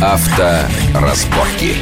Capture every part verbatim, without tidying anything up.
Авторазборки.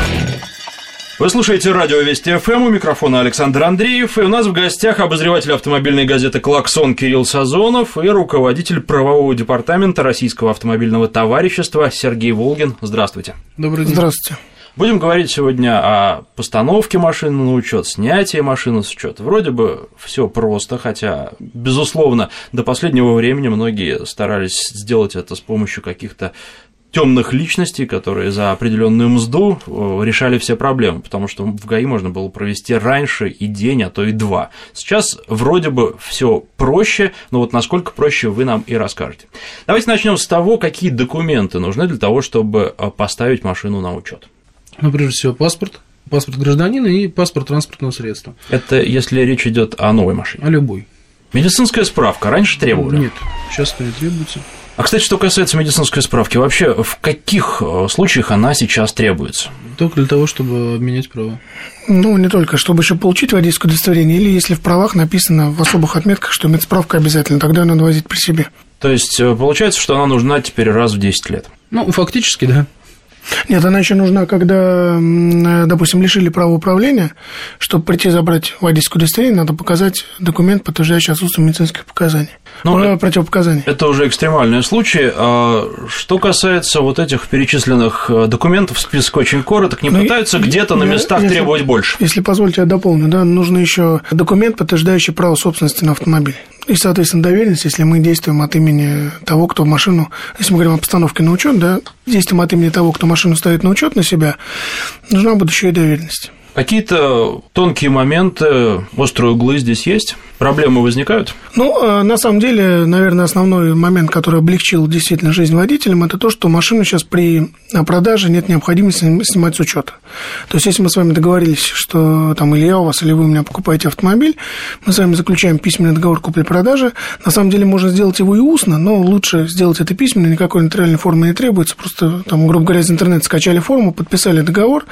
Вы слушаете радио Вести ФМ, у микрофона Александр Андреев, и у нас в гостях обозреватель автомобильной газеты «Клаксон» Кирилл Сазонов и руководитель правового департамента Российского автомобильного товарищества Сергей Волгин. Здравствуйте. Добрый день. Здравствуйте. Будем говорить сегодня о постановке машины на учет, снятии машины с учета. Вроде бы все просто, хотя, безусловно, до последнего времени многие старались сделать это с помощью каких-то темных личностей, которые за определенную мзду решали все проблемы, потому что в ГАИ можно было провести раньше и день, а то и два. Сейчас вроде бы все проще, но вот насколько проще, вы нам и расскажете. Давайте начнем с того, какие документы нужны для того, чтобы поставить машину на учет. Ну, прежде всего, паспорт, паспорт гражданина и паспорт транспортного средства. Это если речь идет о новой машине? О любой. Медицинская справка раньше требовали? Нет, сейчас это не требуется. А, кстати, что касается медицинской справки, вообще в каких случаях она сейчас требуется? Только для того, чтобы обменять права. Ну, не только, чтобы еще получить водительское удостоверение, или если в правах написано в особых отметках, что медсправка обязательно, тогда ее надо возить при себе. То есть, получается, что она нужна теперь раз в десять лет? Ну, фактически, да. Нет, она еще нужна, когда, допустим, лишили права управления, чтобы прийти забрать водительское удостоверение, надо показать документ, подтверждающий отсутствие медицинских показаний. Ну, противопоказаний. Это уже экстремальные случаи. Что касается вот этих перечисленных документов, список очень короток, не ну, пытаются где-то на местах если, требовать больше? Если позвольте, я дополню, да, нужно еще документ, подтверждающий право собственности на автомобиль. И, соответственно, доверенность, если мы действуем от имени того, кто машину, если мы говорим о постановке на учет, да, действуем от имени того, кто машину ставит на учет на себя, нужна будет еще и доверенность. Какие-то тонкие моменты, острые углы здесь есть? Проблемы возникают? Ну, на самом деле, наверное, основной момент, который облегчил действительно жизнь водителям, это то, что машину сейчас при продаже нет необходимости снимать с учета. То есть, если мы с вами договорились, что там или я у вас, или вы у меня покупаете автомобиль, мы с вами заключаем письменный договор купли-продажи. На самом деле, можно сделать его и устно, но лучше сделать это письменно, никакой нотариальной формы не требуется. Просто, там, грубо говоря, из интернета скачали форму, подписали договор.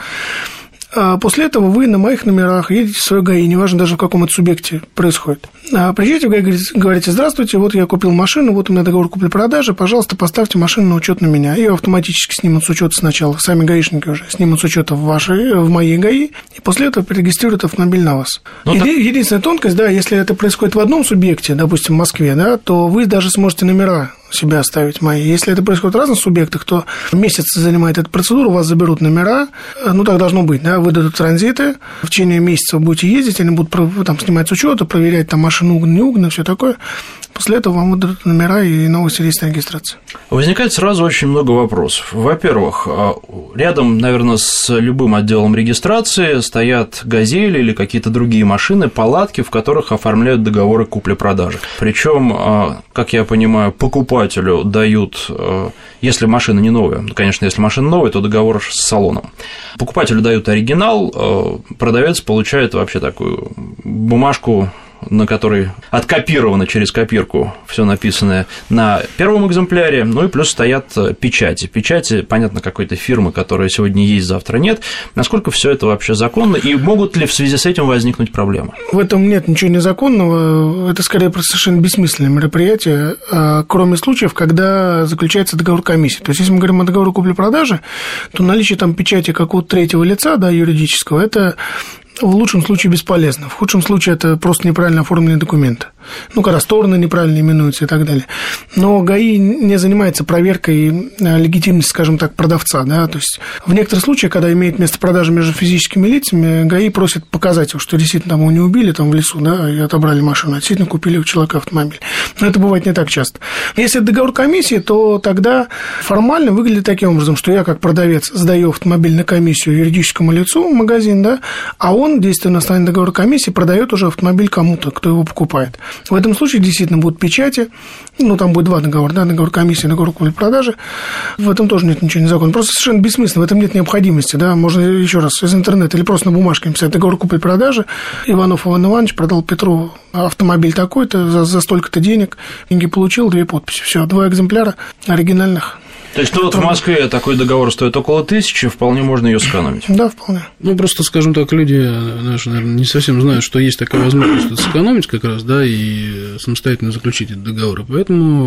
А после этого вы на моих номерах едете в свой ГАИ, неважно даже в каком это субъекте происходит. А приезжаете в ГАИ, говорите: здравствуйте, вот я купил машину, вот у меня договор купли-продажи, пожалуйста, поставьте машину на учет на меня. Ее автоматически снимут с учета сначала, сами гаишники уже снимут с учета в, вашей, в моей ГАИ, и после этого перерегистрируют автомобиль на вас. Ну, так... Единственная тонкость, да, если это происходит в одном субъекте, допустим, в Москве, да, то вы даже сможете номера себя оставить мои. Если это происходит в разных субъектах, то месяц занимает эта процедура, у вас заберут номера, ну, так должно быть, да, выдадут транзиты, в течение месяца вы будете ездить, они будут там снимать с учета, проверять, там, машину угнана, не угнана, все такое. После этого вам выдадут номера и новый сервисная регистрация. Возникает сразу очень много вопросов. Во-первых, рядом, наверное, с любым отделом регистрации стоят «Газели» или какие-то другие машины, палатки, в которых оформляют договоры купли-продажи. Причем, как я понимаю, покупателю дают, если машина не новая, конечно, если машина новая, то договор с салоном. Покупателю дают оригинал, продавец получает вообще такую бумажку, на которой откопировано через копирку все написанное на первом экземпляре, ну и плюс стоят печати. Печати, понятно, какой-то фирмы, которая сегодня есть, завтра нет. Насколько все это вообще законно, и могут ли в связи с этим возникнуть проблемы? В этом нет ничего незаконного, это скорее просто совершенно бессмысленное мероприятие, кроме случаев, когда заключается договор комиссии. То есть, если мы говорим о договоре купли-продажи, то наличие там печати какого-то третьего лица, да, юридического, это в лучшем случае бесполезно, в худшем случае это просто неправильно оформленные документы. Ну, когда стороны неправильно именуются и так далее. Но ГАИ не занимается проверкой легитимности, скажем так, продавца, да, то есть в некоторых случаях, когда имеет место продажа между физическими лицами, ГАИ просит показать его, что действительно там его не убили там в лесу, да, и отобрали машину, а действительно купили у человека автомобиль. Но это бывает не так часто. Если это договор комиссии, то тогда формально выглядит таким образом, что я как продавец сдаю автомобиль на комиссию юридическому лицу в магазин, да, а он, действуя на основании договора комиссии, продает уже автомобиль кому-то, кто его покупает. В этом случае действительно будут печати, ну, там будет два договора, да, договор комиссии, договор купли-продажи. В этом тоже нет ничего незаконного. Просто совершенно бессмысленно, в этом нет необходимости, да, можно еще раз из интернета или просто на бумажке написать договор купли-продажи. Иванов Иван Иванович продал Петру автомобиль такой-то за, за столько-то денег, деньги получил, две подписи, все, два экземпляра оригинальных. То есть, ну, вот в Москве такой договор стоит около тысячи, вполне можно ее сэкономить. Да, вполне. Ну, просто, скажем так, люди наши, наверное, не совсем знают, что есть такая возможность сэкономить как раз, да, и самостоятельно заключить этот договор. И поэтому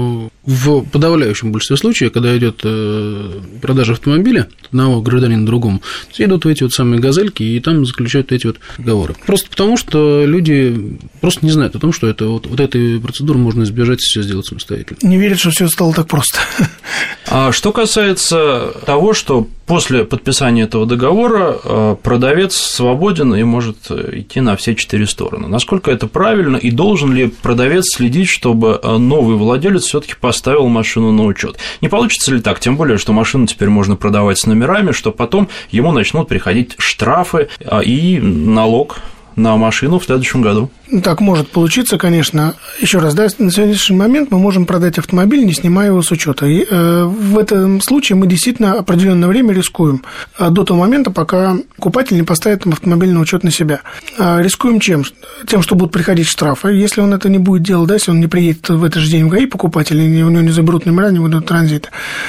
В подавляющем большинстве случаев, когда идет продажа автомобиля от одного гражданина другому, все идут в эти вот самые газельки и там заключают эти вот договоры. Просто потому, что люди просто не знают о том, что это, вот, вот этой процедуры можно избежать, все сделать самостоятельно. Не верят, что все стало так просто. А что касается того, что после подписания этого договора продавец свободен и может идти на все четыре стороны. Насколько это правильно, и должен ли продавец следить, чтобы новый владелец все-таки поставил машину на учет? Не получится ли так? Тем более, что машину теперь можно продавать с номерами, что потом ему начнут приходить штрафы и налог на машину в следующем году. Так может получиться, конечно. Еще раз, да, на сегодняшний момент мы можем продать автомобиль, не снимая его с учета. И э, в этом случае мы действительно определенное время рискуем до того момента, пока покупатель не поставит автомобиль на учет на себя. А рискуем чем? Тем, что будут приходить штрафы. Если он это не будет делать, да, если он не приедет в этот же день в ГАИ, покупатель, и у него не заберут номера, не выдадут транзита.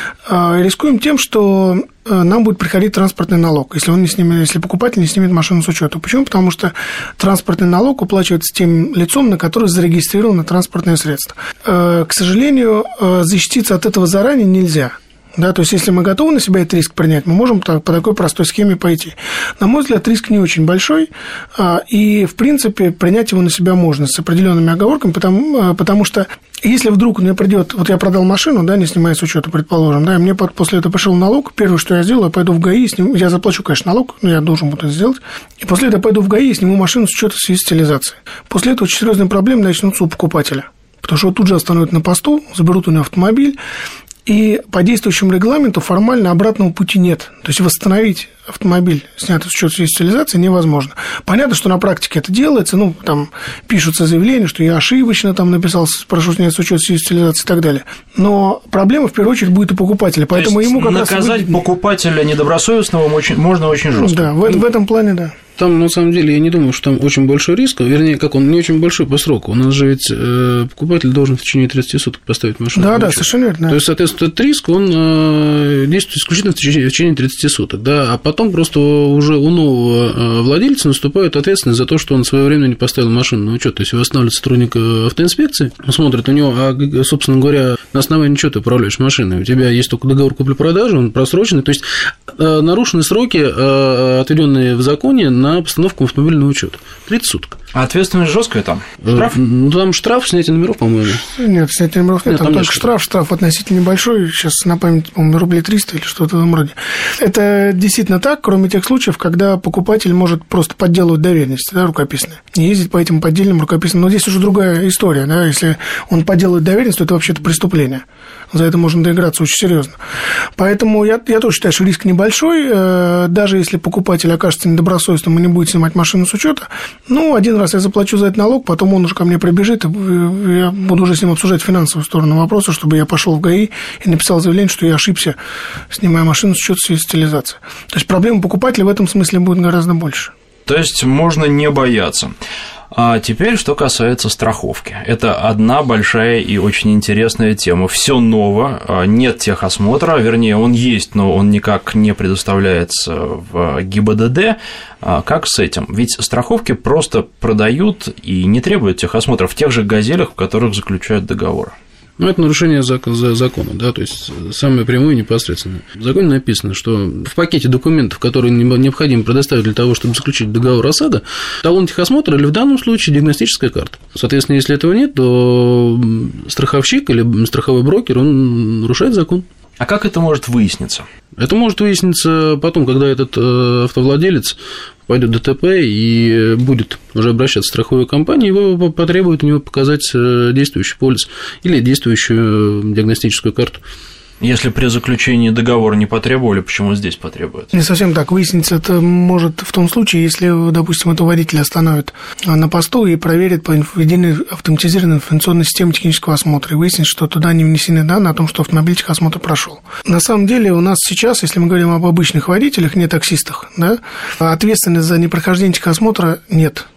А рискуем тем, что нам будет приходить транспортный налог, если, он не снимет, если покупатель не снимет машину с учета. Почему? Потому что транспортный налог уплачивается тем лицом, на которое зарегистрировано транспортное средство. К сожалению, защититься от этого заранее нельзя. Да, то есть, если мы готовы на себя этот риск принять, мы можем по такой простой схеме пойти. На мой взгляд, риск не очень большой, и, в принципе, принять его на себя можно с определенными оговорками, потому, потому что если вдруг мне придет, вот я продал машину, да, не снимая с учета, предположим, да, и мне после этого пришел налог, первое, что я сделаю, я пойду в ГАИ, сниму, я заплачу, конечно, налог, но я должен буду это сделать, и после этого пойду в ГАИ и сниму машину с учета в связи с стилизацией. После этого очень серьезные проблемы начнутся у покупателя, потому что его тут же остановят на посту, заберут у него автомобиль. И по действующему регламенту формально обратного пути нет. То есть восстановить автомобиль, снятый с учета в связи с стилизацией, невозможно. Понятно, что на практике это делается, ну, там пишутся заявления, что я ошибочно там написал, прошу снять с учета в связи с стилизацией и так далее. Но проблема, в первую очередь, будет у покупателя. Поэтому ему как наказать раз выгоднее. Покупателя недобросовестного очень, можно очень жестко. Да, в, в этом плане, да. Там, на самом деле, я не думаю, что там очень большой риск, вернее, как он не очень большой по сроку. У нас же ведь э, покупатель должен в течение тридцати суток поставить машину. Да, да, совершенно верно. То есть, соответственно, этот риск, он э, действует исключительно в течение, в течение тридцати суток, да, а потом просто уже у нового владельца наступает ответственность за то, что он своевременно не поставил машину на учет. То есть, восстанавливает сотрудник автоинспекции, он смотрит у него, а, собственно говоря, на основании чего ты управляешь машиной? У тебя есть только договор купли-продажи, он просроченный, то есть, нарушены сроки, отведенные в законе на постановку автомобиля на учет. тридцать суток. А ответственность жесткая там? Штраф? Ну, там штраф, снятие номеров, по-моему. Нет, снятие номеров нет, нет там, там только штраф. Штраф относительно небольшой, сейчас на память, по-моему, рублей триста или что-то в этом роде. Это действительно так, кроме тех случаев, когда покупатель может просто подделывать доверенность, да, рукописные, и ездить по этим поддельным рукописным. Но здесь уже другая история, да, если он подделывает доверенность, то это вообще-то преступление. За это можно доиграться очень серьезно. Поэтому я, я тоже считаю, что риск небольшой, даже если покупатель окажется недобросовестным и не будет снимать машину с учета, ну, один раз я заплачу за это налог, потом он уже ко мне прибежит, и я буду уже с ним обсуждать финансовую сторону вопроса, чтобы я пошел в ГАИ и написал заявление, что я ошибся, снимая машину с учета в связи с стилизацией. То есть проблема покупателя в этом смысле будет гораздо больше. То есть можно не бояться. А теперь, что касается страховки. Это одна большая и очень интересная тема. Все ново, нет техосмотра, вернее, он есть, но он никак не предоставляется в ГИБДД. Как с этим? Ведь страховки просто продают и не требуют техосмотра в тех же «Газелях», в которых заключают договор. Ну, это нарушение закона, да, то есть самое прямое и непосредственное. В законе написано, что в пакете документов, которые необходимо предоставить для того, чтобы заключить договор ОСАГО, талон техосмотра или в данном случае диагностическая карта. Соответственно, если этого нет, то страховщик или страховой брокер, он нарушает закон. А как это может выясниться? Это может выясниться потом, когда этот автовладелец пойдет в ДТП и будет уже обращаться в страховую компанию, его потребует у него показать действующий полис или действующую диагностическую карту. Если при заключении договора не потребовали, почему здесь потребуют? Не совсем так. Выяснится это может в том случае, если, допустим, этого водителя остановят на посту и проверят по введению автоматизированной информационной системы технического осмотра, и выяснится, что туда не внесены данные о том, что автомобиль техосмотр прошел. На самом деле у нас сейчас, если мы говорим об обычных водителях, не таксистах, да, ответственность за непрохождение техосмотра нет.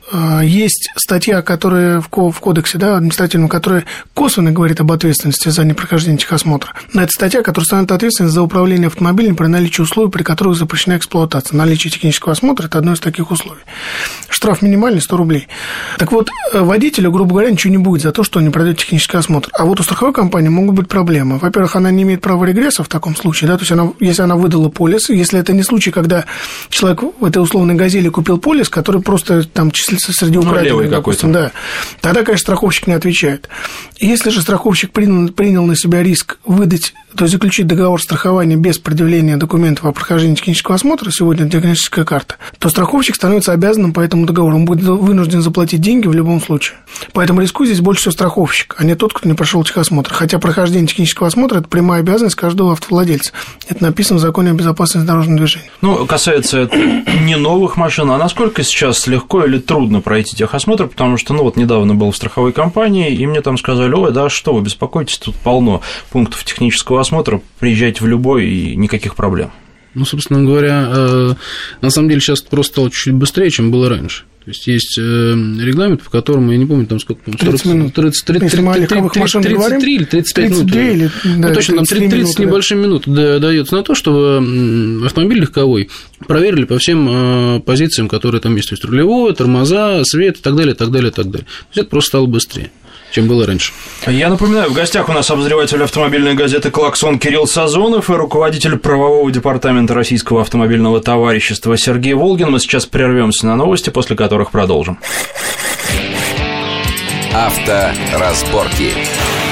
есть статья, которая в кодексе, да, административном, которая косвенно говорит об ответственности за непрохождение техосмотра. Но это статья, которая становится ответственность за управление автомобилем при наличии условий, при которых запрещена эксплуатация. Наличие технического осмотра – это одно из таких условий. Штраф минимальный – сто рублей. Так вот, водителю, грубо говоря, ничего не будет за то, что он не пройдет технический осмотр. А вот у страховой компании могут быть проблемы. Во-первых, она не имеет права регресса в таком случае, да, то есть она, если она выдала полис, если это не случай, когда человек в этой условной «Газели» купил полис, который просто там числится среди украденных, ну, допустим, да, тогда, конечно, страховщик не отвечает. Если же страховщик принял, принял на себя риск выдать, то есть заключить договор страхования без предъявления документов о прохождении технического осмотра, сегодня диагностическая карта, то страховщик становится обязанным по этому договору, он будет вынужден заплатить деньги в любом случае. Поэтому рискует здесь больше всего страховщик, а не тот, кто не прошел техосмотр. Хотя прохождение технического осмотра – это прямая обязанность каждого автовладельца. Это написано в законе о безопасности дорожного движения. Ну, касается это не новых машин, а насколько сейчас легко или трудно пройти техосмотр, потому что, ну, вот недавно был в страховой компании, и мне там сказали: ой, да что вы беспокоитесь, тут полно пунктов технического осмотра, приезжайте в любой, и никаких проблем. Ну, собственно говоря, на самом деле сейчас просто стало чуть-чуть быстрее, чем было раньше. То есть есть регламент, по которому, я не помню, там сколько, тридцать минут. тридцать, тридцать, тридцать, тридцать, тридцать три или тридцать пять минут. Или, да, ну, точно, там тридцать с небольшим минут дается на то, чтобы автомобиль легковой проверили по всем позициям, которые там есть. То есть рулевое, тормоза, свет и так далее, и так далее, и так далее. То есть это просто стало быстрее, чем было раньше. Я напоминаю, в гостях у нас обозреватель автомобильной газеты «Клаксон» Кирилл Сазонов и руководитель правового департамента Российского автомобильного товарищества Сергей Волгин. Мы сейчас прервемся на новости, после которых продолжим. Авторазборки.